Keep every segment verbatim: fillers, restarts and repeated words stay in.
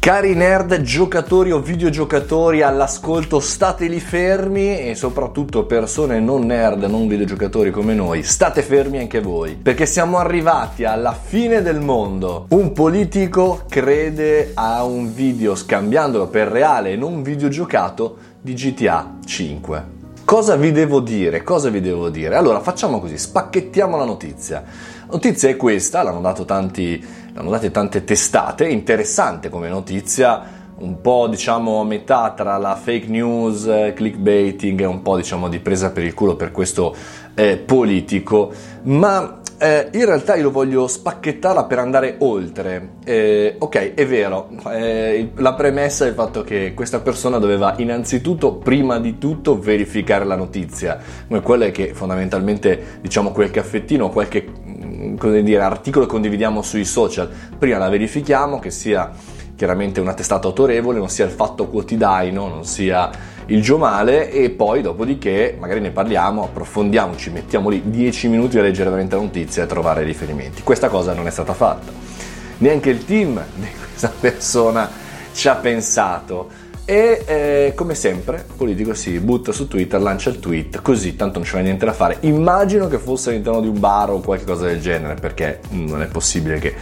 Cari nerd, giocatori o videogiocatori all'ascolto, state lì fermi e soprattutto persone non nerd, non videogiocatori come noi, state fermi anche voi, perché siamo arrivati alla fine del mondo. Un politico crede a un video, scambiandolo per reale e non videogiocato, di G T A cinque. Cosa vi devo dire? Cosa vi devo dire? Allora, facciamo così, spacchettiamo la notizia. La notizia è questa, l'hanno dato tanti, l'hanno date tante testate, interessante come notizia, un po' diciamo a metà tra la fake news, clickbaiting e un po' diciamo di presa per il culo per questo eh, politico, ma eh, in realtà io lo voglio spacchettarla per andare oltre. Eh, ok, è vero, eh, la premessa è il fatto che questa persona doveva innanzitutto, prima di tutto, verificare la notizia, come quella che fondamentalmente diciamo quel caffettino, qualche come dire, articolo che condividiamo sui social, prima la verifichiamo, che sia chiaramente una testata autorevole, non sia il Fatto Quotidiano, non sia il Giomale, e poi dopodiché magari ne parliamo, approfondiamo, ci mettiamo lì dieci minuti a leggere veramente la notizia e a trovare riferimenti. Questa cosa non è stata fatta, neanche il team di questa persona ci ha pensato. E eh, come sempre il politico si butta su Twitter, lancia il tweet, così tanto non c'è niente da fare. Immagino che fosse all'interno di un bar o qualcosa del genere, perché non è possibile che,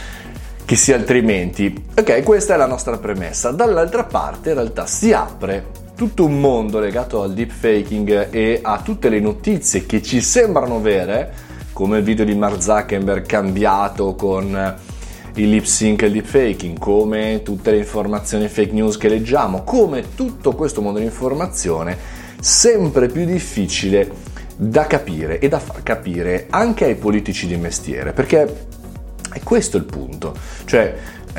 che sia altrimenti. Ok, questa è la nostra premessa. Dall'altra parte in realtà si apre tutto un mondo legato al deepfaking e a tutte le notizie che ci sembrano vere, come il video di Mark Zuckerberg cambiato con il lip sync e il deepfaking, come tutte le informazioni fake news che leggiamo, come tutto questo mondo di informazione sempre più difficile da capire e da far capire anche ai politici di mestiere, perché è questo il punto, cioè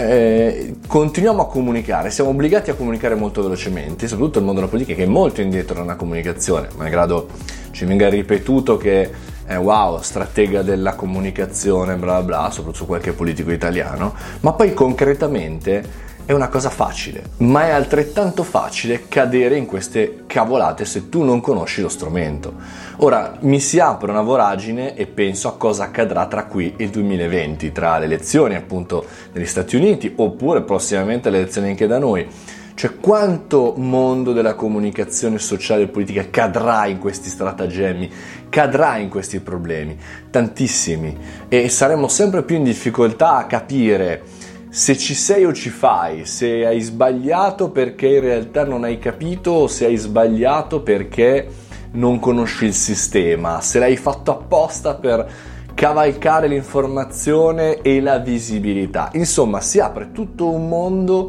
eh, continuiamo a comunicare, siamo obbligati a comunicare molto velocemente, soprattutto il mondo della politica che è molto indietro nella comunicazione, malgrado ci venga ripetuto che Eh, wow, stratega della comunicazione, bla bla, soprattutto su qualche politico italiano, ma poi concretamente è una cosa facile, ma è altrettanto facile cadere in queste cavolate se tu non conosci lo strumento. Ora, mi si apre una voragine e penso a cosa accadrà tra qui e il duemilaventi, tra le elezioni appunto negli Stati Uniti, oppure prossimamente le elezioni anche da noi. Cioè, quanto mondo della comunicazione sociale e politica cadrà in questi stratagemmi, cadrà in questi problemi? Tantissimi. E saremo sempre più in difficoltà a capire se ci sei o ci fai, se hai sbagliato perché in realtà non hai capito o se hai sbagliato perché non conosci il sistema, se l'hai fatto apposta per cavalcare l'informazione e la visibilità. Insomma, si apre tutto un mondo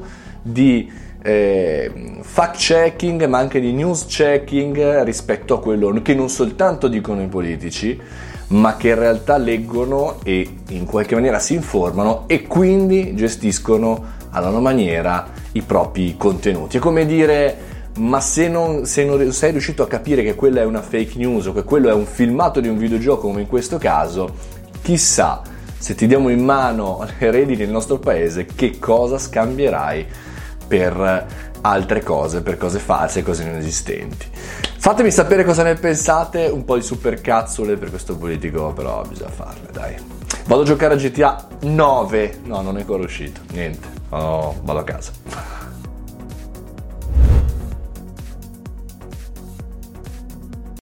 di Eh, fact checking, ma anche di news checking rispetto a quello che non soltanto dicono i politici, ma che in realtà leggono e in qualche maniera si informano e quindi gestiscono alla loro maniera i propri contenuti. È come dire, ma se non, se non sei riuscito a capire che quella è una fake news o che quello è un filmato di un videogioco come in questo caso, chissà se ti diamo in mano le redini del nostro paese che cosa scambierai per altre cose, per cose false, cose inesistenti. Fatemi sapere cosa ne pensate, un po' di supercazzole per questo politico, però bisogna farle, dai. Vado a giocare a G T A nove, no, non è ancora uscito, niente, oh, vado a casa.